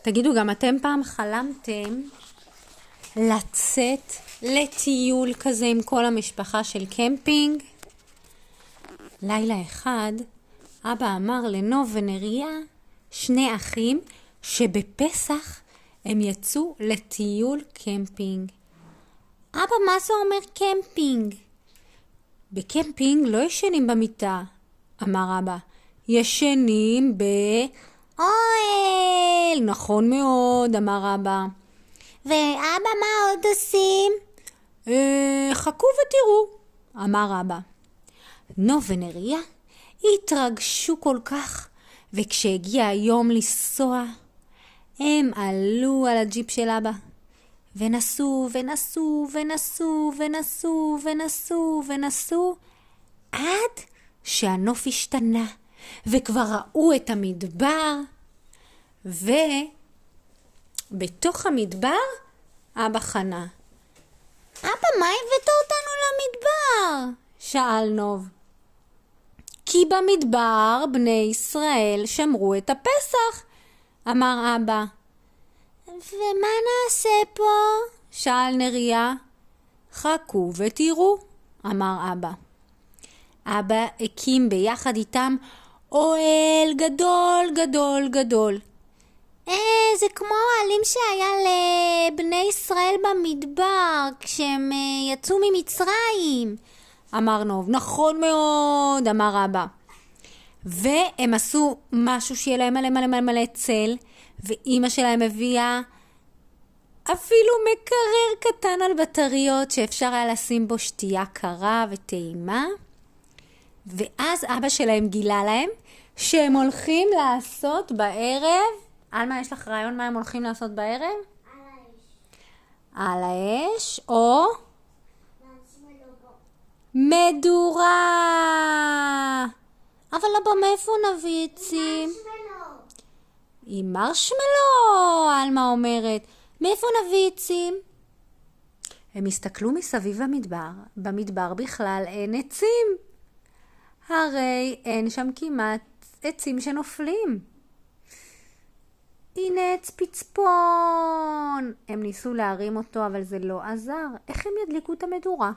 תגידו, גם אתם פעם חלמתם לצאת לטיול כזה עם כל המשפחה של קמפינג? לילה אחד אבא אמר לנוב ונריה, שני אחים, שבפסח הם יצאו לטיול קמפינג. אבא, מה זה אומר קמפינג? בקמפינג לא ישנים במיטה, אמר אבא. ישנים באוהל. נכון מאוד, אמר אבא. ואבא, מה עוד עושים? חכו ותראו, אמר אבא. נוב ונריה התרגשו כל כך, וכשהגיע היום לנסוע, הם עלו על הג'יפ של אבא, ונסו ונסו ונסו ונסו ונסו ונסו, עד שהנוף השתנה, וכבר ראו את המדבר, ובתוך המדבר אבא חנה. אבא, מה הבאת אותנו למדבר? שאל נוב. כי במדבר בני ישראל שמרו את הפסח, אמר אבא. ומה נעשה פה? שאל נריה. חכו ותראו, אמר אבא. אבא הקים ביחד איתם אוהל גדול גדול גדול. זה כמו העלים שהיה לבני ישראל במדבר כשהם יצאו ממצרים, אמר נוב. נכון מאוד, אמר אבא. והם עשו משהו שיהיה להם מלא מלא מלא מלא צל, ואמא שלהם הביאה אפילו מקרר קטן על בטריות שאפשר היה לשים בו שתייה קרה וטעימה. ואז אבא שלהם גילה להם שהם הולכים לעשות בערב. אלמה, יש לך רעיון מה הם הולכים לעשות בערב? על האש. על האש או מדורה. אבל אבא, מאיפה נביא עצים? עם מרשמלו, אלמה אומרת. מאיפה נביא עצים? הם הסתכלו מסביב המדבר. במדבר בכלל אין עצים. הרי אין שם כמעט עצים שנופלים. הנה עץ פצפון. הם ניסו להרים אותו, אבל זה לא עזר. איך הם ידליקו את המדורה?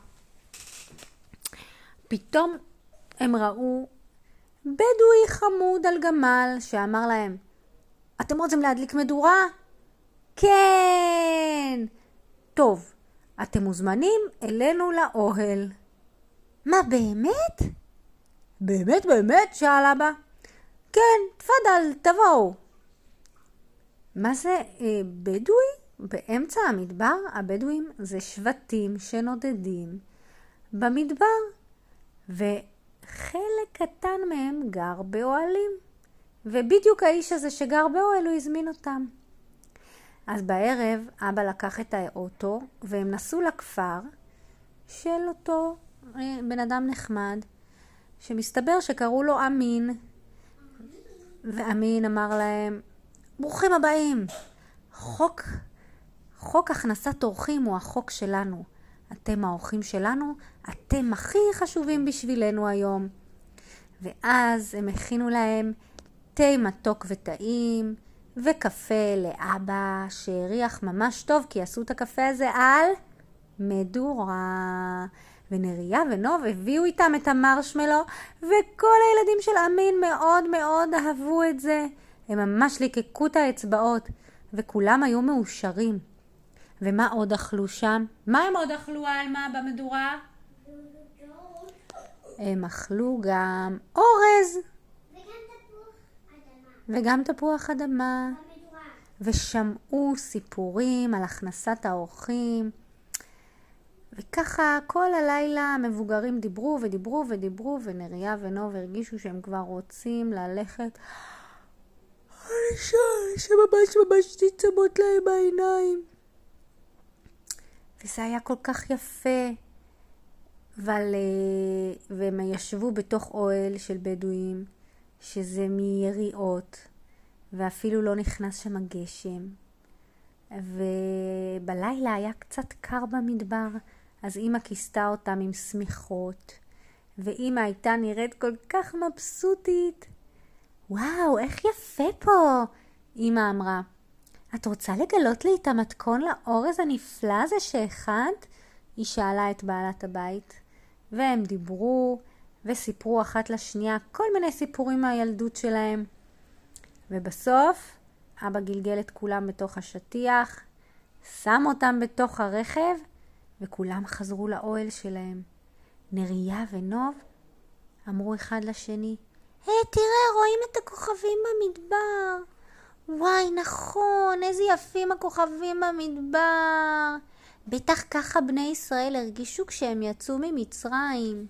פתאום הם ראו בדואי חמוד על גמל שאמר להם, אתם רוצים להדליק מדורה? כן. טוב, אתם מוזמנים אלינו לאוהל. מה, באמת? באמת באמת? שאל אבא. כן, תפדל, תבואו. מה זה בדואי? באמצע המדבר הבדואים זה שבטים שנודדים במדבר, וחלק קטן מהם גר באוהלים, ובדיוק האיש הזה שגר באוהל הוא הזמין אותם. אז בערב אבא לקח את האוטו והם נסעו לכפר של אותו בן אדם נחמד שמסתבר שקראו לו אמין. ואמין אמר להם, ברוכים הבאים. חוק הכנסת אורחים הוא החוק שלנו. אתם האורחים שלנו, אתם הכי חשובים בשבילנו היום. ואז הם הכינו להם תה מתוק וטעים וקפה לאבא שהריח ממש טוב, כי עשו את הקפה הזה על מדורה. ונריה ונוב הביאו איתם את המרשמלו, וכל הילדים של אמין מאוד מאוד אהבו את זה. הם ממש ליקקו את האצבעות, וכולם היו מאושרים. ומה עוד אכלו שם? מה הם עוד אכלו, אלמה, במדורה? הם אכלו גם אורז. וגם תפוח אדמה. ושמעו סיפורים על הכנסת האורחים. וככה כל הלילה המבוגרים דיברו ודיברו ודיברו, ונריה ונוב הרגישו שהם כבר רוצים ללכת. שממש תצמות להם העיניים. וזה היה כל כך יפה. והם ישבו בתוך אוהל של בדואים, שזה מיריעות, ואפילו לא נכנס שם הגשם. ובלילה היה קצת קר במדבר, אז אמא כיסתה אותם עם סמיכות, ואמא הייתה נראית כל כך מבסוטית. וואו, איך יפה פה, אמא אמרה. את רוצה לגלות לי את המתכון לאורז הנפלא הזה שהכנת? היא שאלה את בעלת הבית. והם דיברו וסיפרו אחת לשנייה כל מיני סיפורים מהילדות שלהם. ובסוף אבא גלגל את כולם בתוך השטיח, שם אותם בתוך הרכב, וכולם חזרו לאוהל שלהם. נריה ונוב אמרו אחד לשני, תראה, רואים את הכוכבים במדבר. וואי, נכון, איזה יפים הכוכבים במדבר. בטח ככה בני ישראל הרגישו כשהם יצאו ממצרים.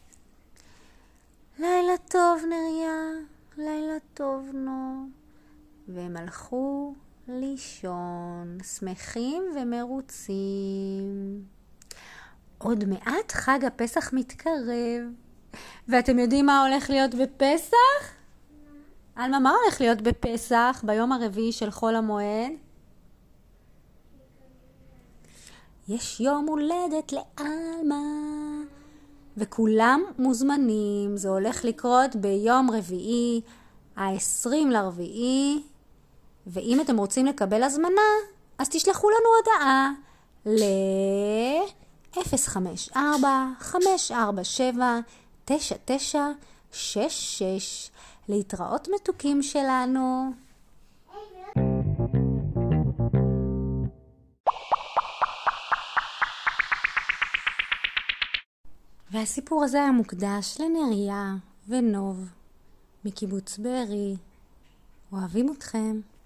לילה טוב נריה, לילה טוב נוב. והם הלכו לישון, שמחים ומרוצים. עוד מעט חג הפסח מתקרב. ואתם יודעים מה הולך להיות בפסח? אלמה, מה הולך להיות בפסח ביום הרביעי של חול המועד? יש יום הולדת לאלמה. וכולם מוזמנים. זה הולך לקרות ביום רביעי, ה-20 ל-4. ואם אתם רוצים לקבל הזמנה, אז תשלחו לנו הודעה ל-054-547-9966. להתראות מתוקים שלנו. והסיפור הזה היה מוקדש לנריה ונוב מקיבוץ בארי. אוהבים אתכם.